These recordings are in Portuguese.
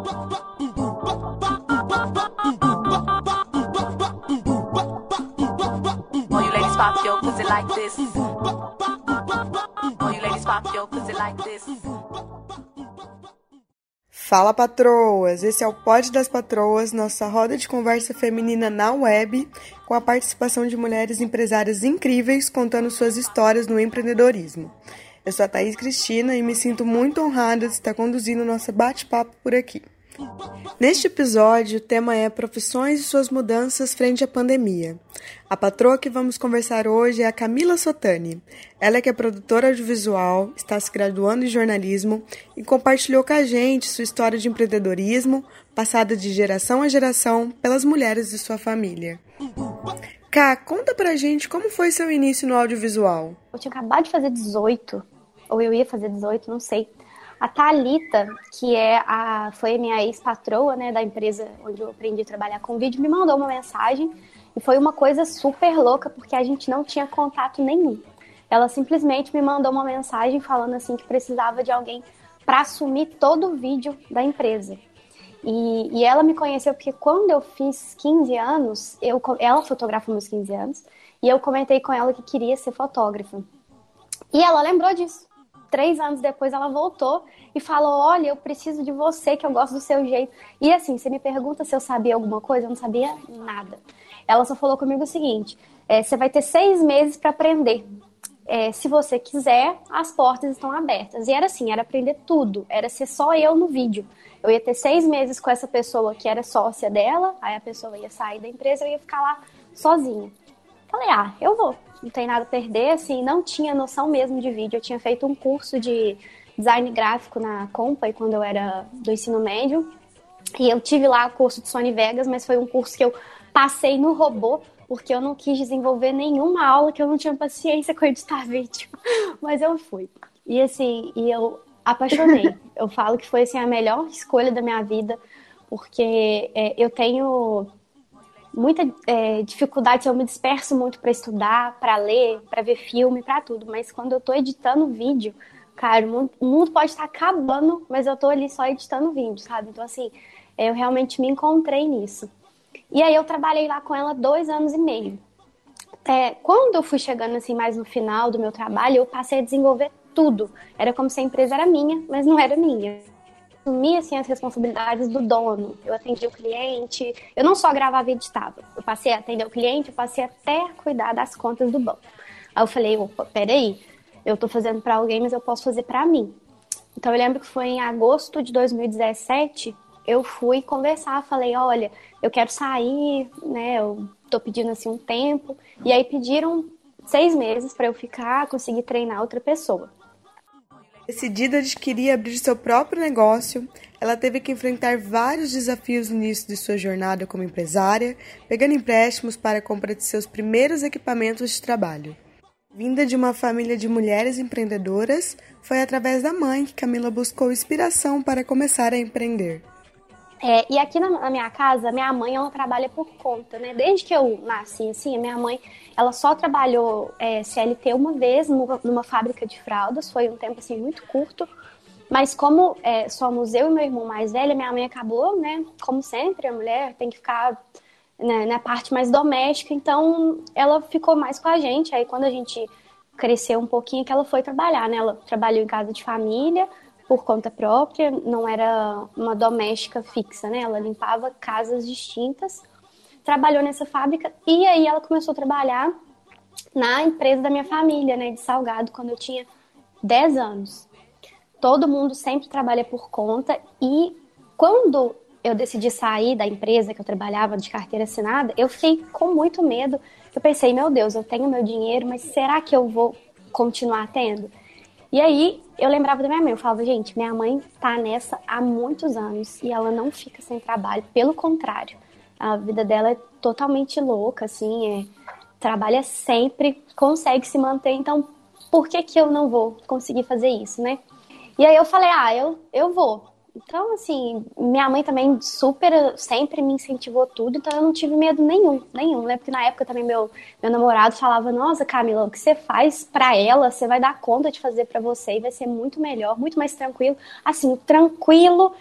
All you ladies pop your pussy like this. All you ladies pop your pussy like this. Fala, patroas! Esse é o Pod das Patroas, nossa roda de conversa feminina na web, com a participação de mulheres empresárias incríveis contando suas histórias no empreendedorismo. Eu sou a Thaís Cristina e me sinto muito honrada de estar conduzindo nosso bate-papo por aqui. Neste episódio, o tema é profissões e suas mudanças frente à pandemia. A patroa que vamos conversar hoje é a Camila Sotani. Ela que é produtora audiovisual, está se graduando em jornalismo e compartilhou com a gente sua história de empreendedorismo, passada de geração a geração pelas mulheres de sua família. Cá, conta pra gente como foi seu início no audiovisual. Eu tinha acabado de fazer 18, ou eu ia fazer 18, não sei. A Thalita, que foi a minha ex-patroa, né, da empresa onde eu aprendi a trabalhar com vídeo, me mandou uma mensagem e foi uma coisa super louca, porque a gente não tinha contato nenhum. Ela simplesmente me mandou uma mensagem falando assim que precisava de alguém para assumir todo o vídeo da empresa. E ela me conheceu porque quando eu fiz 15 anos, ela fotografa meus 15 anos, e eu comentei com ela que queria ser fotógrafa. E ela lembrou disso. 3 anos depois ela voltou e falou, olha, eu preciso de você, que eu gosto do seu jeito. E assim, você me pergunta se eu sabia alguma coisa, eu não sabia nada. Ela só falou comigo o seguinte, você vai ter 6 meses para aprender. Se você quiser, as portas estão abertas. E era assim, era aprender tudo, era ser só eu no vídeo. Eu ia ter 6 meses com essa pessoa que era sócia dela, aí a pessoa ia sair da empresa, eu ia ficar lá sozinha. Falei, eu vou. Não tem nada a perder, assim, não tinha noção mesmo de vídeo. Eu tinha feito um curso de design gráfico na Compay quando eu era do ensino médio. E eu tive lá o curso de Sony Vegas, mas foi um curso que eu passei no robô, porque eu não quis desenvolver nenhuma aula, que eu não tinha paciência com editar vídeo. Mas eu fui. E assim, eu apaixonei. Eu falo que foi assim, a melhor escolha da minha vida, porque eu tenho muita dificuldade, eu me disperso muito para estudar, para ler, para ver filme, para tudo. Mas quando eu tô editando vídeo, cara, o mundo pode estar acabando, mas eu tô ali só editando vídeo, sabe? Então, assim, eu realmente me encontrei nisso. E aí eu trabalhei lá com ela 2 anos e meio. Quando eu fui chegando assim mais no final do meu trabalho, eu passei a desenvolver tudo. Era como se a empresa era minha, mas não era minha. Assumi assim, as responsabilidades do dono. Eu atendi o cliente, eu não só gravava e editava. Eu passei a atender o cliente, eu passei até a cuidar das contas do banco. Aí eu falei, opa, peraí, eu tô fazendo pra alguém, mas eu posso fazer pra mim. Então eu lembro que foi em agosto de 2017, eu fui conversar, falei, olha, eu quero sair, né, eu tô pedindo assim um tempo. E aí pediram 6 meses pra eu ficar, conseguir treinar outra pessoa. Decidida a adquirir e abrir seu próprio negócio, ela teve que enfrentar vários desafios no início de sua jornada como empresária, pegando empréstimos para a compra de seus primeiros equipamentos de trabalho. Vinda de uma família de mulheres empreendedoras, foi através da mãe que Camila buscou inspiração para começar a empreender. E aqui na minha casa, minha mãe, ela trabalha por conta, né? Desde que eu nasci, assim, a minha mãe, ela só trabalhou CLT uma vez numa fábrica de fraldas, foi um tempo, assim, muito curto. Mas como somos eu e meu irmão mais velho, minha mãe acabou, né? Como sempre, a mulher tem que ficar, né, na parte mais doméstica, então ela ficou mais com a gente. Aí quando a gente cresceu um pouquinho, que ela foi trabalhar, né? Ela trabalhou em casa de família, por conta própria, não era uma doméstica fixa, né? Ela limpava casas distintas, trabalhou nessa fábrica e aí ela começou a trabalhar na empresa da minha família, né? De salgado, quando eu tinha 10 anos. Todo mundo sempre trabalha por conta e quando eu decidi sair da empresa que eu trabalhava de carteira assinada, eu fiquei com muito medo. Eu pensei, meu Deus, eu tenho meu dinheiro, mas será que eu vou continuar tendo? E aí, eu lembrava da minha mãe, eu falava, gente, minha mãe tá nessa há muitos anos e ela não fica sem trabalho, pelo contrário, a vida dela é totalmente louca, assim, trabalha sempre, consegue se manter, então por que eu não vou conseguir fazer isso, né? E aí eu falei, eu vou. Então, assim, minha mãe também sempre me incentivou tudo, então eu não tive medo nenhum. Lembro que na época também meu namorado falava, nossa, Camila, o que você faz pra ela, você vai dar conta de fazer pra você e vai ser muito melhor, muito mais tranquilo. Assim, tranquilo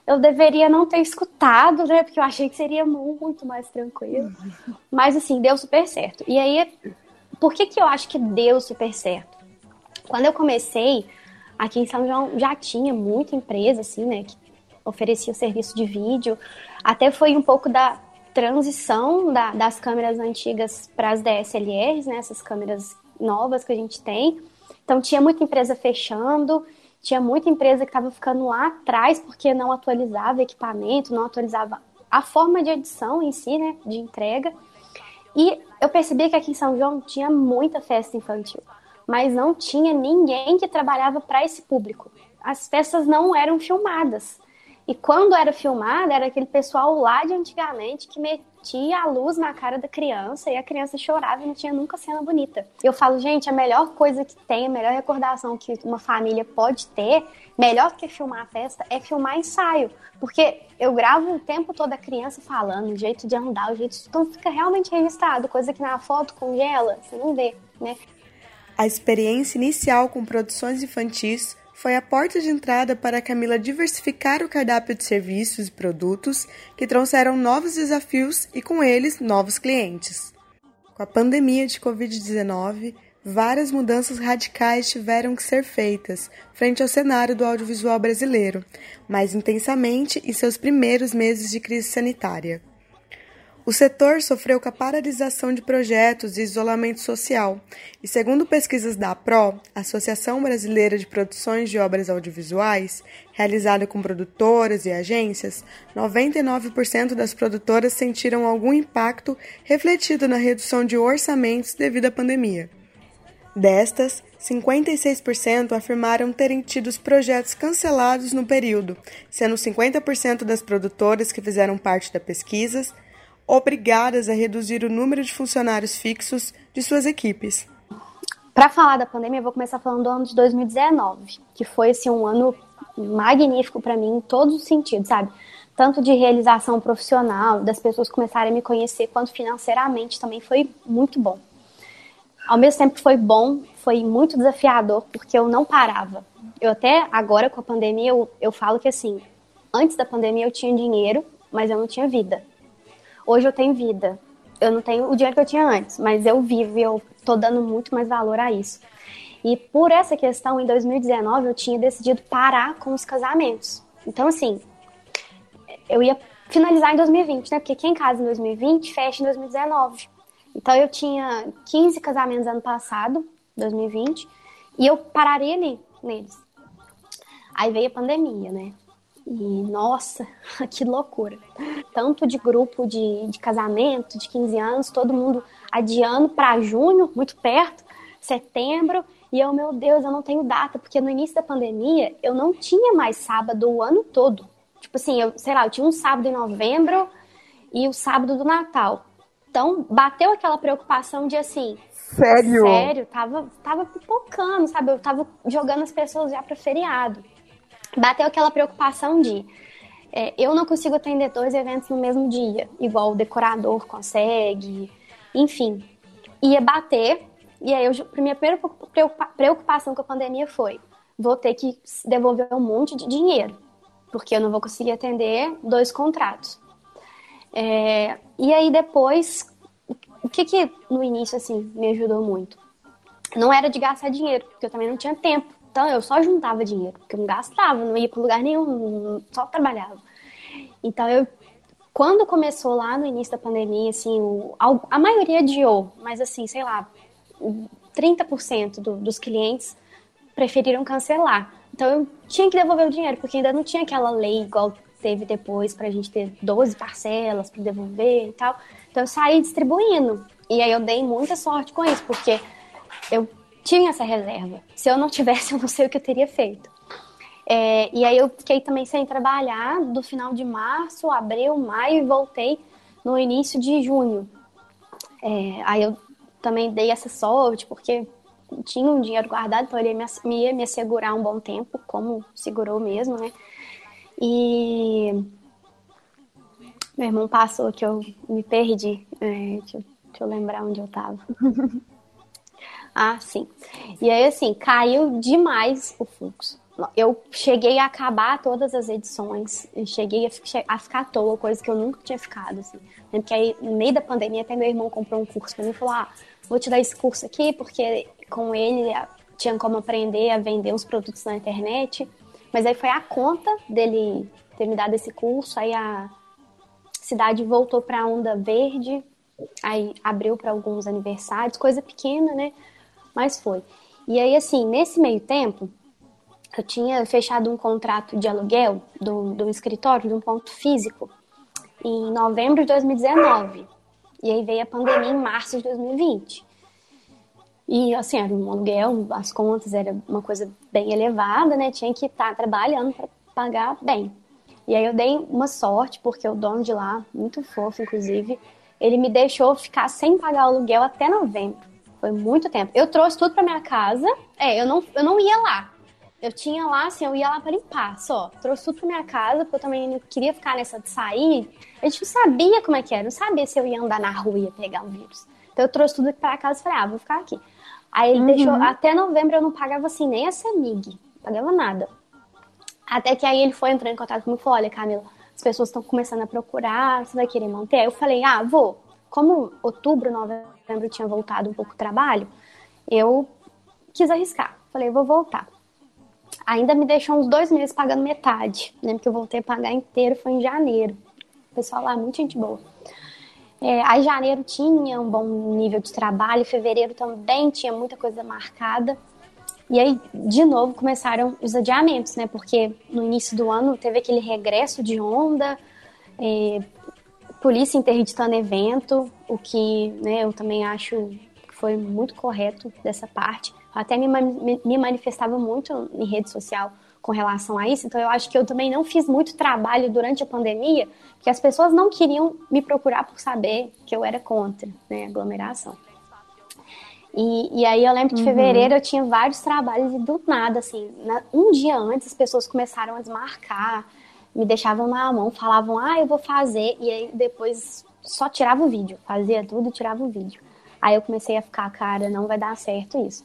eu deveria não ter escutado, né? Porque eu achei que seria muito mais tranquilo. Mas, assim, deu super certo. E aí, por que eu acho que deu super certo? Quando eu comecei, aqui em São João já tinha muita empresa, assim, né? Que oferecia o serviço de vídeo. Até foi um pouco da transição das câmeras antigas para as DSLRs, né? Essas câmeras novas que a gente tem. Então, tinha muita empresa fechando, tinha muita empresa que estava ficando lá atrás porque não atualizava equipamento, não atualizava a forma de edição em si, né, de entrega. E eu percebi que aqui em São João tinha muita festa infantil, mas não tinha ninguém que trabalhava para esse público. As festas não eram filmadas. E quando era filmada, era aquele pessoal lá de antigamente que metia a luz na cara da criança e a criança chorava e não tinha nunca cena bonita. Eu falo, gente, a melhor coisa que tem, a melhor recordação que uma família pode ter, melhor do que filmar a festa, é filmar ensaio. Porque eu gravo o tempo todo a criança falando, o jeito de andar, o jeito de... Então fica realmente registrado, coisa que na foto congela, você não vê, né? A experiência inicial com produções infantis foi a porta de entrada para a Camila diversificar o cardápio de serviços e produtos que trouxeram novos desafios e, com eles, novos clientes. Com a pandemia de Covid-19, várias mudanças radicais tiveram que ser feitas frente ao cenário do audiovisual brasileiro, mais intensamente em seus primeiros meses de crise sanitária. O setor sofreu com a paralisação de projetos e isolamento social, e segundo pesquisas da APRO, Associação Brasileira de Produções de Obras Audiovisuais, realizada com produtoras e agências, 99% das produtoras sentiram algum impacto refletido na redução de orçamentos devido à pandemia. Destas, 56% afirmaram terem tido os projetos cancelados no período, sendo 50% das produtoras que fizeram parte da pesquisa obrigadas a reduzir o número de funcionários fixos de suas equipes. Para falar da pandemia, eu vou começar falando do ano de 2019, que foi assim, um ano magnífico para mim em todos os sentidos, sabe? Tanto de realização profissional, das pessoas começarem a me conhecer, quanto financeiramente também foi muito bom. Ao mesmo tempo que foi bom, foi muito desafiador, porque eu não parava. Eu até agora, com a pandemia, eu falo que assim, antes da pandemia eu tinha dinheiro, mas eu não tinha vida. Hoje eu tenho vida. Eu não tenho o dinheiro que eu tinha antes, mas eu vivo e eu tô dando muito mais valor a isso. E por essa questão, em 2019, eu tinha decidido parar com os casamentos. Então, assim, eu ia finalizar em 2020, né? Porque quem casa em 2020, fecha em 2019. Então, eu tinha 15 casamentos ano passado, 2020, e eu pararia ali, neles. Aí veio a pandemia, né? E, nossa, que loucura. Tanto de grupo de casamento, de 15 anos, todo mundo adiando para junho, muito perto, setembro. E eu, meu Deus, eu não tenho data, porque no início da pandemia eu não tinha mais sábado o ano todo. Tipo assim, eu tinha um sábado em novembro e o sábado do Natal. Então, bateu aquela preocupação de assim... Sério, tava pipocando, sabe? Eu tava jogando as pessoas já para feriado. Bateu aquela preocupação de eu não consigo atender 2 eventos no mesmo dia, igual o decorador consegue, enfim. Ia bater, e aí a minha primeira preocupação com a pandemia foi, vou ter que devolver um monte de dinheiro, porque eu não vou conseguir atender 2 contratos. E aí depois, o que no início assim, me ajudou muito? Não era de gastar dinheiro, porque eu também não tinha tempo. Então, eu só juntava dinheiro, porque eu não gastava, não ia para lugar nenhum, só trabalhava. Então, quando começou lá no início da pandemia, assim, a maioria adiou, mas assim, sei lá, 30% dos clientes preferiram cancelar. Então, eu tinha que devolver o dinheiro, porque ainda não tinha aquela lei igual teve depois pra gente ter 12 parcelas para devolver e tal. Então, eu saí distribuindo. E aí, eu dei muita sorte com isso, porque eu tinha essa reserva. Se eu não tivesse, eu não sei o que eu teria feito. E aí eu fiquei também sem trabalhar do final de março, abril, maio e voltei no início de junho. Aí eu também dei essa sorte, porque tinha um dinheiro guardado, então ele ia me assegurar um bom tempo, como segurou mesmo, né? E meu irmão passou que eu me perdi. Deixa eu lembrar onde eu tava. Ah, sim. E aí, assim, caiu demais o fluxo. eu cheguei a acabar todas as edições, eu cheguei a ficar à toa, coisa que eu nunca tinha ficado, assim. Porque aí, no meio da pandemia, até meu irmão comprou um curso pra mim e falou, vou te dar esse curso aqui, porque com ele tinha como aprender a vender uns produtos na internet. Mas aí foi a conta dele ter me dado esse curso, aí a cidade voltou pra Onda Verde, aí abriu para alguns aniversários, coisa pequena, né? Mas foi. E aí, assim, nesse meio tempo, eu tinha fechado um contrato de aluguel do escritório, de um ponto físico, em novembro de 2019. E aí veio a pandemia em março de 2020. E, assim, era um aluguel, as contas era uma coisa bem elevada, né? Tinha que estar trabalhando para pagar bem. E aí eu dei uma sorte, porque o dono de lá, muito fofo, inclusive, ele me deixou ficar sem pagar o aluguel até novembro. Foi muito tempo. Eu trouxe tudo para minha casa. Eu não ia lá. Eu tinha lá, assim, eu ia lá para limpar só. Trouxe tudo pra minha casa, porque eu também não queria ficar nessa de sair. A gente não sabia como é que era, não sabia se eu ia andar na rua e ia pegar um vírus. Então eu trouxe tudo pra casa e falei, vou ficar aqui. Aí ele deixou, até novembro eu não pagava assim, nem a CEMIG, não pagava nada. Até que aí ele foi entrando em contato comigo e falou, olha, Camila, as pessoas estão começando a procurar, você vai querer manter? Aí eu falei, vou. Como outubro, novembro eu tinha voltado um pouco o trabalho, eu quis arriscar. Falei, vou voltar. Ainda me deixou uns 2 meses pagando metade. Lembro que eu voltei a pagar inteiro, foi em janeiro. O pessoal lá, muita gente boa. Aí janeiro tinha um bom nível de trabalho, fevereiro também tinha muita coisa marcada. E aí, de novo, começaram os adiamentos, né? Porque no início do ano teve aquele regresso de onda, polícia interditando evento, o que, né, eu também acho que foi muito correto dessa parte. Eu até me manifestava muito em rede social com relação a isso, então eu acho que eu também não fiz muito trabalho durante a pandemia, porque as pessoas não queriam me procurar por saber que eu era contra, né, aglomeração. E aí eu lembro que em fevereiro eu tinha vários trabalhos e do nada, assim, um dia antes as pessoas começaram a desmarcar, me deixavam na mão, falavam, eu vou fazer, e aí depois só tirava o vídeo, fazia tudo e tirava o vídeo. Aí eu comecei a ficar, cara, não vai dar certo isso.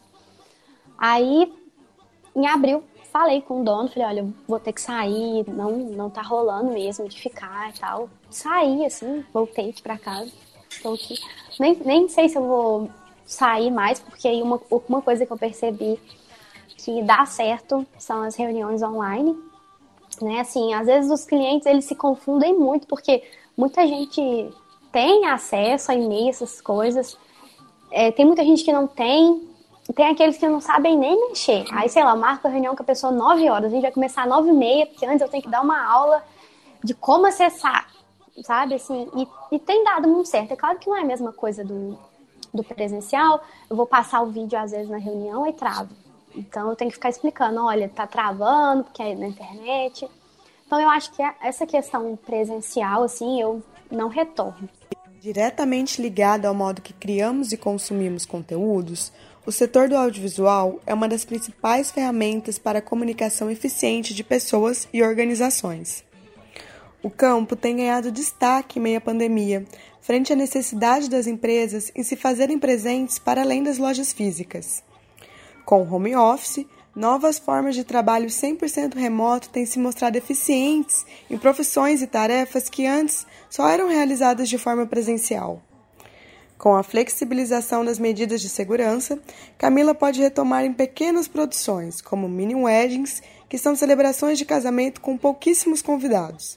Aí, em abril, falei com o dono, falei, olha, eu vou ter que sair, não tá rolando mesmo de ficar e tal. Saí, assim, voltei aqui pra casa, tô aqui. Nem sei se eu vou sair mais, porque aí uma coisa que eu percebi que dá certo são as reuniões online, né? Assim, às vezes os clientes, eles se confundem muito, porque muita gente tem acesso a e-mail, essas coisas, tem muita gente que não tem aqueles que não sabem nem mexer. Aí, sei lá, eu marco a reunião com a pessoa 9 horas, a gente vai começar às 9h30, porque antes eu tenho que dar uma aula de como acessar, sabe? Assim, e tem dado muito certo. É claro que não é a mesma coisa do presencial, eu vou passar o vídeo às vezes na reunião e travo. Então eu tenho que ficar explicando, olha, tá travando, porque é na internet. Então eu acho que essa questão presencial, assim, eu não retorno. Diretamente ligado ao modo que criamos e consumimos conteúdos, o setor do audiovisual é uma das principais ferramentas para a comunicação eficiente de pessoas e organizações. O campo tem ganhado destaque em meio à pandemia, frente à necessidade das empresas em se fazerem presentes para além das lojas físicas. Com o home office, novas formas de trabalho 100% remoto têm se mostrado eficientes em profissões e tarefas que antes só eram realizadas de forma presencial. Com a flexibilização das medidas de segurança, Camila pode retomar em pequenas produções, como mini weddings, que são celebrações de casamento com pouquíssimos convidados.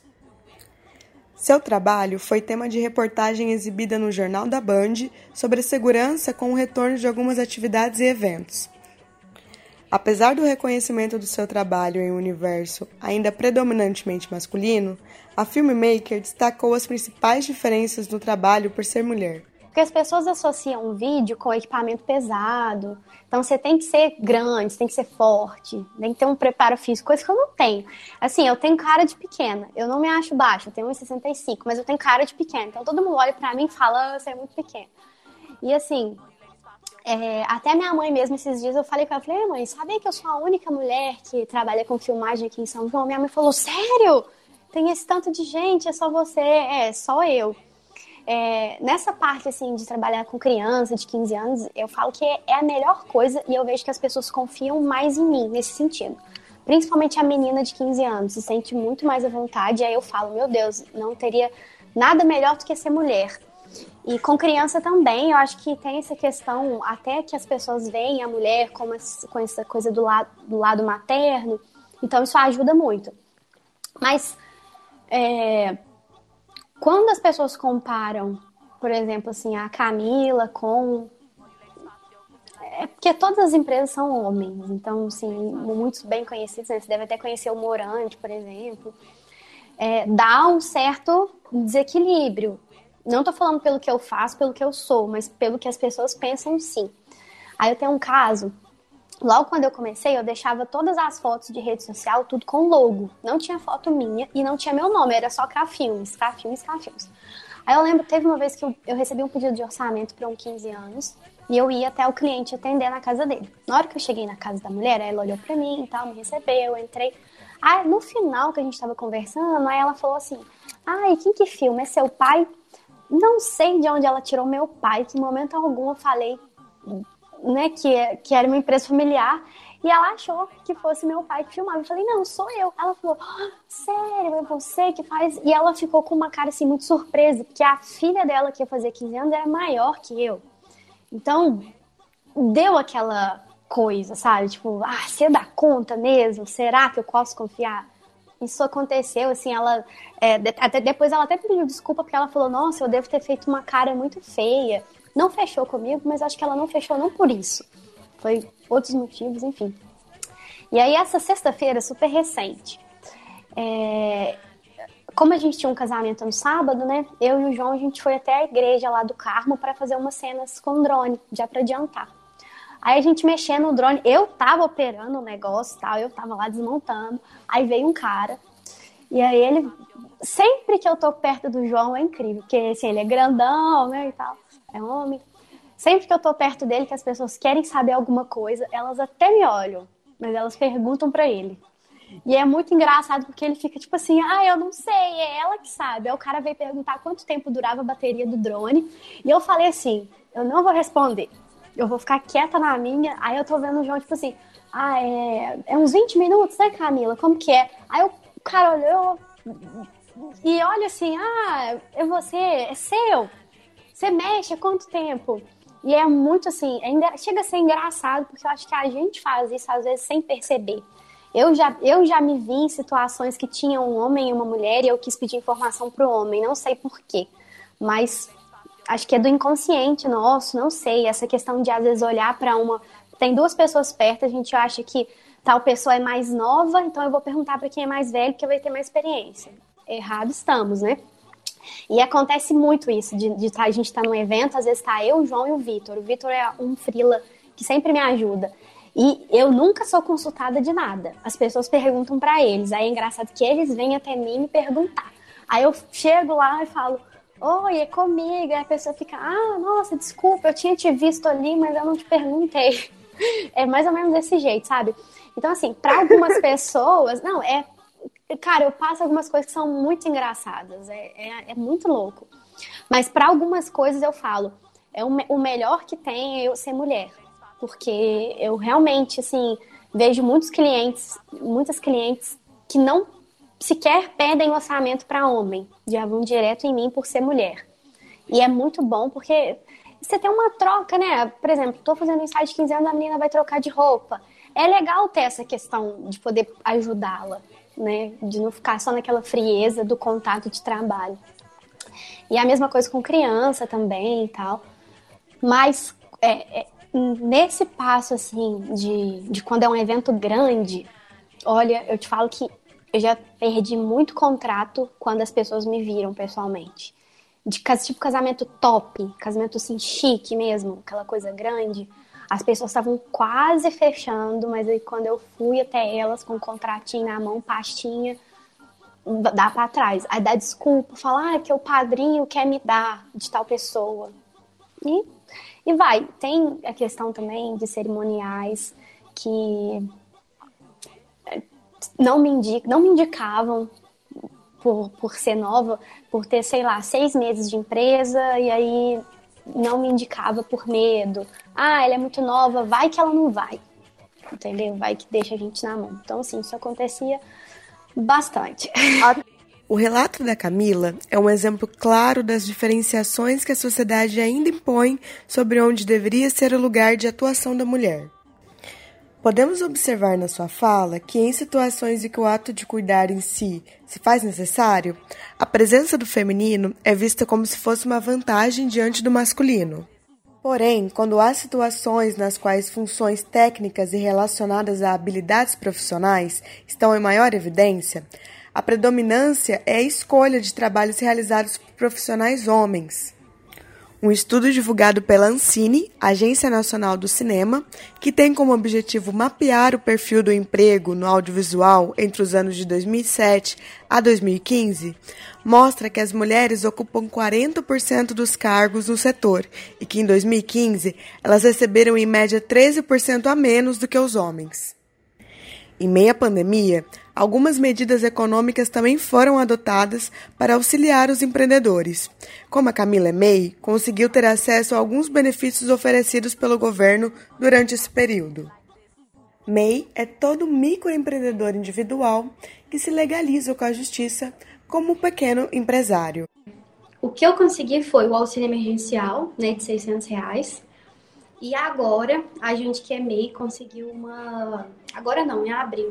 Seu trabalho foi tema de reportagem exibida no Jornal da Band sobre a segurança com o retorno de algumas atividades e eventos. Apesar do reconhecimento do seu trabalho em um universo ainda predominantemente masculino, a filmmaker destacou as principais diferenças no trabalho por ser mulher. Porque as pessoas associam um vídeo com equipamento pesado. Então você tem que ser grande, você tem que ser forte, tem que ter um preparo físico, coisa que eu não tenho. Assim, eu tenho cara de pequena, eu não me acho baixa, eu tenho 1,65, mas eu tenho cara de pequena. Então todo mundo olha pra mim e fala, você é muito pequena. E assim, até minha mãe mesmo, esses dias eu falei com ela, falei, mãe, sabe que eu sou a única mulher que trabalha com filmagem aqui em São João? Minha mãe falou, sério? Tem esse tanto de gente, é só você? Só eu. Nessa parte assim de trabalhar com criança de 15 anos, eu falo que é a melhor coisa e eu vejo que as pessoas confiam mais em mim nesse sentido. principalmente a menina de 15 anos, se sente muito mais à vontade. E aí eu falo, meu Deus, não teria nada melhor do que ser mulher. E com criança também, eu acho que tem essa questão, até que as pessoas veem a mulher com essa coisa do lado materno, então isso ajuda muito. Mas quando as pessoas comparam, por exemplo, assim, a Camila com... É porque todas as empresas são homens, então, assim, muitos bem conhecidos, né? Você deve até conhecer o Morante, por exemplo. Dá um certo desequilíbrio. Não tô falando pelo que eu faço, pelo que eu sou, mas pelo que as pessoas pensam, sim. Aí eu tenho um caso, logo quando eu comecei, eu deixava todas as fotos de rede social, tudo com logo. Não tinha foto minha e não tinha meu nome, era só Cafilmes. Aí eu lembro, teve uma vez que eu recebi um pedido de orçamento para 15 anos e eu ia até o cliente atender na casa dele. Na hora que eu cheguei na casa da mulher, ela olhou pra mim e tal, me recebeu, eu entrei. Aí no final que a gente tava conversando, aí ela falou assim, e quem que filma? É seu pai? Não sei de onde ela tirou meu pai, que em momento algum eu falei, né, que era uma empresa familiar, e ela achou que fosse meu pai que filmava. Eu falei, não, sou eu. Ela falou, sério, é você que faz? E ela ficou com uma cara assim muito surpresa, porque a filha dela, que ia fazer 15 anos, era maior que eu. Então, deu aquela coisa, sabe? Tipo, você dá conta mesmo? Será que eu posso confiar? Isso aconteceu, assim, ela... depois ela até pediu desculpa, porque ela falou, nossa, eu devo ter feito uma cara muito feia. Não fechou comigo, mas acho que ela não fechou não por isso. Foi outros motivos, enfim. E aí, essa sexta-feira, super recente, como a gente tinha um casamento no sábado, né? Eu e o João, a gente foi até a igreja lá do Carmo para fazer umas cenas com drone, já para adiantar. Aí a gente mexendo no drone, eu tava operando o negócio e tal, eu tava lá desmontando. Aí veio um cara, e aí ele... Sempre que eu tô perto do João é incrível, porque assim, ele é grandão, né, e tal, é homem. Sempre que eu tô perto dele, que as pessoas querem saber alguma coisa, elas até me olham, mas elas perguntam pra ele. E é muito engraçado porque ele fica tipo assim, eu não sei, é ela que sabe. Aí o cara veio perguntar quanto tempo durava a bateria do drone. E eu falei assim, eu não vou responder. Eu vou ficar quieta na minha. Aí eu tô vendo o João tipo assim, é uns 20 minutos, né, Camila? Como que é? Aí o cara olhou e olha assim, é você, é seu. Você mexe há quanto tempo? E é muito assim, chega a ser engraçado, porque eu acho que a gente faz isso às vezes sem perceber. Eu já me vi em situações que tinha um homem e uma mulher e eu quis pedir informação pro homem, não sei porquê, mas acho que é do inconsciente nosso, não sei, essa questão de às vezes olhar para tem duas pessoas perto, a gente acha que tal pessoa é mais nova, então eu vou perguntar para quem é mais velho, porque vai ter mais experiência. Errado estamos, né? E acontece muito isso, a gente tá num evento, às vezes tá eu, o João e o Vitor. O Vitor é um freela que sempre me ajuda. E eu nunca sou consultada de nada. As pessoas perguntam pra eles. Aí é engraçado que eles vêm até mim me perguntar. Aí eu chego lá e falo, oi, é comigo. Aí a pessoa fica, nossa, desculpa, eu tinha te visto ali, mas eu não te perguntei. É mais ou menos desse jeito, sabe? Então, assim, pra algumas pessoas... Cara, eu passo algumas coisas que são muito engraçadas. É muito louco. Mas pra algumas coisas eu falo, o melhor que tem é eu ser mulher. Porque eu realmente, assim, vejo muitas clientes que não sequer pedem orçamento para homem. Já vão direto em mim por ser mulher. E é muito bom porque você tem uma troca, né? Por exemplo, tô fazendo um ensaio de 15 anos, a menina vai trocar de roupa. É legal ter essa questão de poder ajudá-la, né? De não ficar só naquela frieza do contato de trabalho. E a mesma coisa com criança também e tal. Mas nesse passo, assim, de quando é um evento grande, olha, eu te falo que eu já perdi muito contrato quando as pessoas me viram pessoalmente. Tipo casamento top, casamento assim chique mesmo, aquela coisa grande. As pessoas estavam quase fechando, mas aí quando eu fui até elas com um contratinho na mão, pastinha, dá pra trás. Aí dá desculpa, fala, que o padrinho quer me dar de tal pessoa. E vai. Tem a questão também de cerimoniais que não me indicavam por ser nova, por ter, sei lá, 6 meses de empresa, e aí não me indicava por medo. Ela é muito nova, vai que ela não vai. entendeu? Vai que deixa a gente na mão. Então, assim, isso acontecia bastante. O relato da Camila é um exemplo claro das diferenciações que a sociedade ainda impõe sobre onde deveria ser o lugar de atuação da mulher. Podemos observar na sua fala que, em situações em que o ato de cuidar em si se faz necessário, a presença do feminino é vista como se fosse uma vantagem diante do masculino. Porém, quando há situações nas quais funções técnicas e relacionadas a habilidades profissionais estão em maior evidência, a predominância é a escolha de trabalhos realizados por profissionais homens. Um estudo divulgado pela Ancine, Agência Nacional do Cinema, que tem como objetivo mapear o perfil do emprego no audiovisual entre os anos de 2007 a 2015, mostra que as mulheres ocupam 40% dos cargos no setor e que em 2015 elas receberam em média 13% a menos do que os homens. Em meio à pandemia, algumas medidas econômicas também foram adotadas para auxiliar os empreendedores, como a Camila MEI conseguiu ter acesso a alguns benefícios oferecidos pelo governo durante esse período. MEI é todo microempreendedor individual que se legaliza com a justiça como um pequeno empresário. O que eu consegui foi o auxílio emergencial, né, de R$600. E agora, a gente que é MEI conseguiu uma... Agora não, em abril.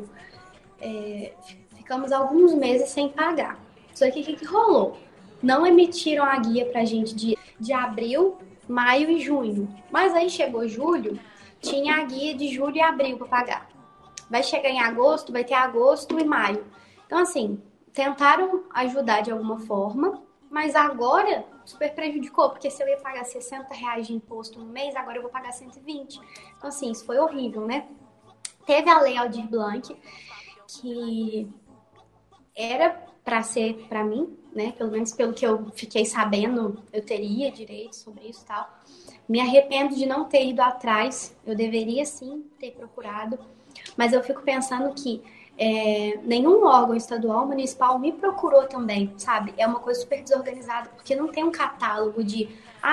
Ficamos alguns meses sem pagar. Só que o que rolou? Não emitiram a guia pra gente de abril, maio e junho. Mas aí chegou julho, tinha a guia de julho e abril para pagar. Vai chegar em agosto, vai ter agosto e maio. Então, assim, tentaram ajudar de alguma forma, mas agora super prejudicou, porque se eu ia pagar R$60 de imposto no mês, agora eu vou pagar 120. Então, assim, isso foi horrível, né? Teve a Lei Aldir Blanc, que era para ser para mim, né? Pelo menos pelo que eu fiquei sabendo, eu teria direito sobre isso e tal. Me arrependo de não ter ido atrás, eu deveria sim ter procurado, mas eu fico pensando que nenhum órgão estadual, municipal me procurou também, sabe? É uma coisa super desorganizada, porque não tem um catálogo de,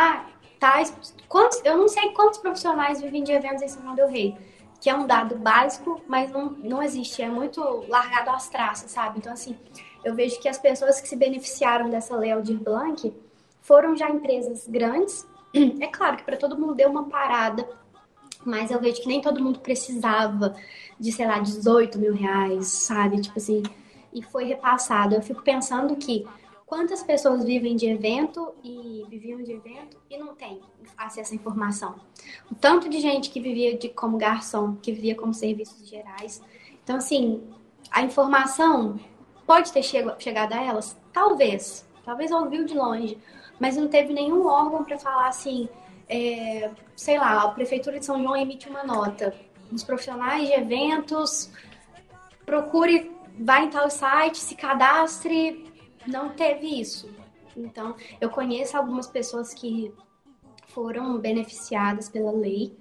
eu não sei quantos profissionais vivem de eventos em São João del Rei, que é um dado básico, mas não existe, é muito largado às traças, sabe? Então, assim, eu vejo que as pessoas que se beneficiaram dessa Lei Aldir Blanc foram já empresas grandes. É claro que para todo mundo deu uma parada, mas eu vejo que nem todo mundo precisava de, sei lá, R$18 mil, sabe? Tipo assim, e foi repassado. Eu fico pensando que quantas pessoas viviam de evento e não têm acesso à informação. O tanto de gente que vivia como garçom, que vivia como serviços gerais. Então, assim, a informação pode ter chegado a elas? Talvez ouviu de longe, mas não teve nenhum órgão para falar assim, sei lá, a Prefeitura de São João emite uma nota. Os profissionais de eventos, procure, vai em tal site, se cadastre. Não teve isso. Então, eu conheço algumas pessoas que foram beneficiadas pela lei,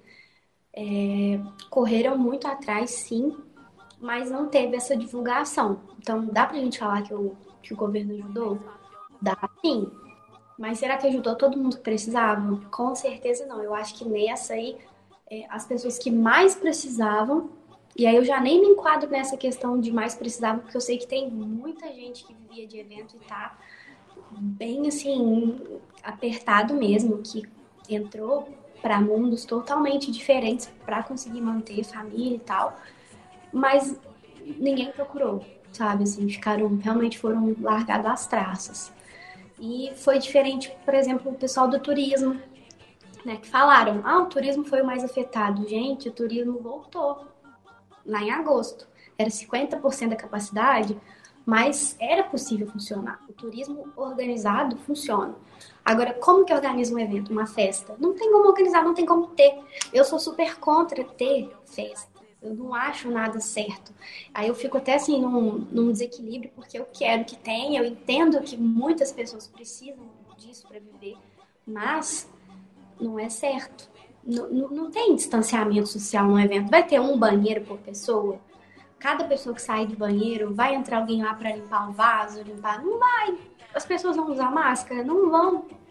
correram muito atrás, sim, mas não teve essa divulgação. Então, dá pra gente falar que o governo ajudou? Dá, sim. Mas será que ajudou todo mundo que precisava? Com certeza não. Eu acho que nessa aí, as pessoas que mais precisavam, e aí eu já nem me enquadro nessa questão de mais precisavam, porque eu sei que tem muita gente que vivia de evento e tá bem, assim, apertado mesmo, que entrou para mundos totalmente diferentes para conseguir manter família e tal, mas ninguém procurou, sabe? Assim, realmente foram largados às traças. E foi diferente, por exemplo, o pessoal do turismo, né, que falaram, o turismo foi o mais afetado. Gente, o turismo voltou lá em agosto. Era 50% da capacidade, mas era possível funcionar. O turismo organizado funciona. Agora, como que organiza um evento, uma festa? Não tem como organizar, não tem como ter. Eu sou super contra ter festa. Eu não acho nada certo. Aí eu fico até assim num desequilíbrio, porque eu quero que tenha, eu entendo que muitas pessoas precisam disso para viver, mas não é certo. Não tem distanciamento social no evento. Vai ter um banheiro por pessoa? Cada pessoa que sair do banheiro, vai entrar alguém lá para limpar um vaso, limpar? Não vai. As pessoas vão usar máscara? Não vão.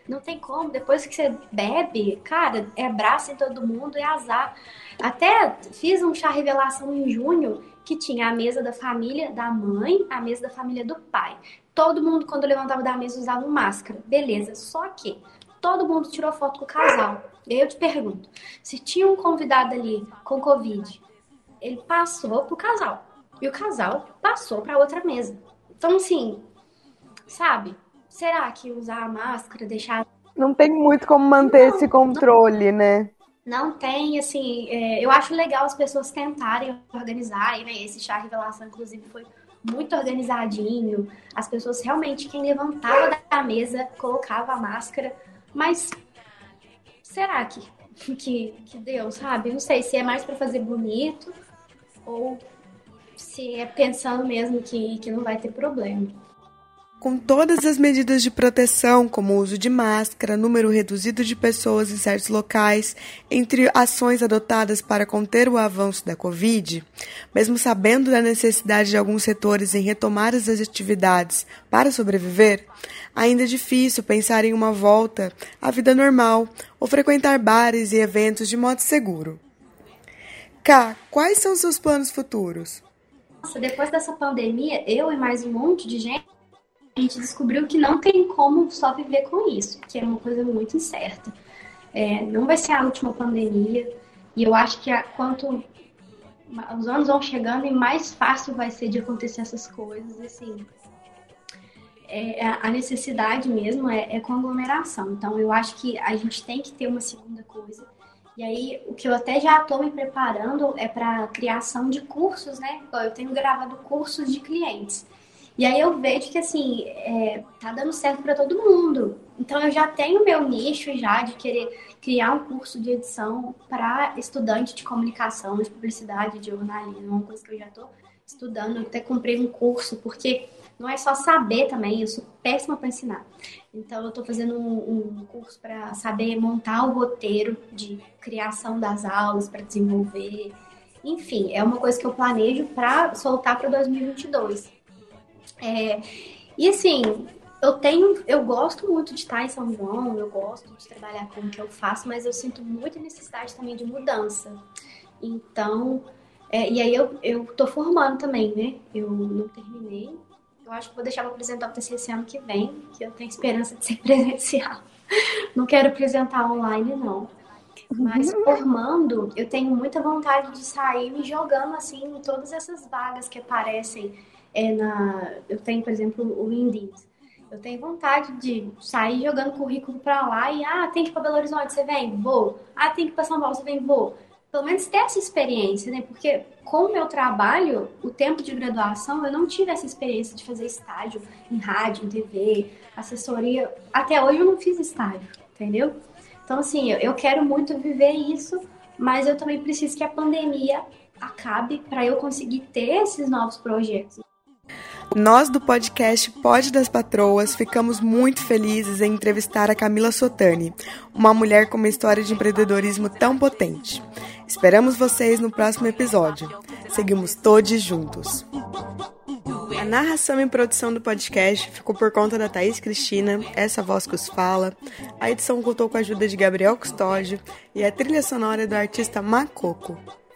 Não tem como. Depois que você bebe, cara, é abraço em todo mundo, é azar. Até fiz um chá revelação em junho que tinha a mesa da família da mãe, a mesa da família do pai. Todo mundo, quando levantava da mesa, usava máscara. Beleza, só que todo mundo tirou foto com o casal. E aí eu te pergunto, se tinha um convidado ali com Covid, ele passou pro casal. E o casal passou para outra mesa. Então, assim, sabe? Será que usar a máscara, deixar... Não tem muito como manter esse controle, né? Não tem, assim... eu acho legal as pessoas tentarem organizar. Né? Esse chá revelação, inclusive, foi muito organizadinho. As pessoas realmente, quem levantava da mesa, colocava a máscara. Mas será que deu, sabe? Não sei se é mais para fazer bonito ou se é pensando mesmo que não vai ter problema. Com todas as medidas de proteção, como o uso de máscara, número reduzido de pessoas em certos locais, entre ações adotadas para conter o avanço da Covid, mesmo sabendo da necessidade de alguns setores em retomar as atividades para sobreviver, ainda é difícil pensar em uma volta à vida normal ou frequentar bares e eventos de modo seguro. Ká, quais são os seus planos futuros? Nossa, depois dessa pandemia, eu e mais um monte de gente, a gente descobriu que não tem como só viver com isso, que é uma coisa muito incerta. Não vai ser a última pandemia, e eu acho que quanto os anos vão chegando, e mais fácil vai ser de acontecer essas coisas, assim. A necessidade mesmo é com aglomeração. Então, eu acho que a gente tem que ter uma segunda coisa. E aí, o que eu até já estou me preparando é para a criação de cursos, né? Eu tenho gravado cursos de clientes. E aí eu vejo que, assim, tá dando certo para todo mundo. Então, eu já tenho meu nicho já de querer criar um curso de edição para estudante de comunicação, de publicidade, de jornalismo, uma coisa que eu já estou estudando. Eu até comprei um curso, porque não é só saber também, eu sou péssima para ensinar. Então, eu estou fazendo um curso para saber montar o roteiro de criação das aulas, para desenvolver. Enfim, é uma coisa que eu planejo para soltar para 2022. E assim, eu gosto muito de estar em São João, eu gosto de trabalhar com o que eu faço, mas eu sinto muita necessidade também de mudança. Então, e aí eu tô formando também, né? Eu não terminei. Eu acho que vou deixar para apresentar o TCC ano que vem, que eu tenho esperança de ser presencial. Não quero apresentar online, não. Mas formando, eu tenho muita vontade de sair me jogando assim em todas essas vagas que aparecem. Eu tenho, por exemplo, o Indeed. Eu tenho vontade de sair jogando currículo pra lá e, tem que ir pra Belo Horizonte, você vem? Vou. Tem que ir pra São Paulo, você vem? Vou. Pelo menos ter essa experiência, né? Porque com o meu trabalho, o tempo de graduação, eu não tive essa experiência de fazer estágio em rádio, em TV, assessoria. Até hoje eu não fiz estágio, entendeu? Então, assim, eu quero muito viver isso, mas eu também preciso que a pandemia acabe para eu conseguir ter esses novos projetos. Nós do podcast Pod das Patroas ficamos muito felizes em entrevistar a Camila Sotani, uma mulher com uma história de empreendedorismo tão potente. Esperamos vocês no próximo episódio. Seguimos todos juntos. A narração e produção do podcast ficou por conta da Thaís Cristina, essa voz que os fala. A edição contou com a ajuda de Gabriel Custódio e a trilha sonora do artista Macoco.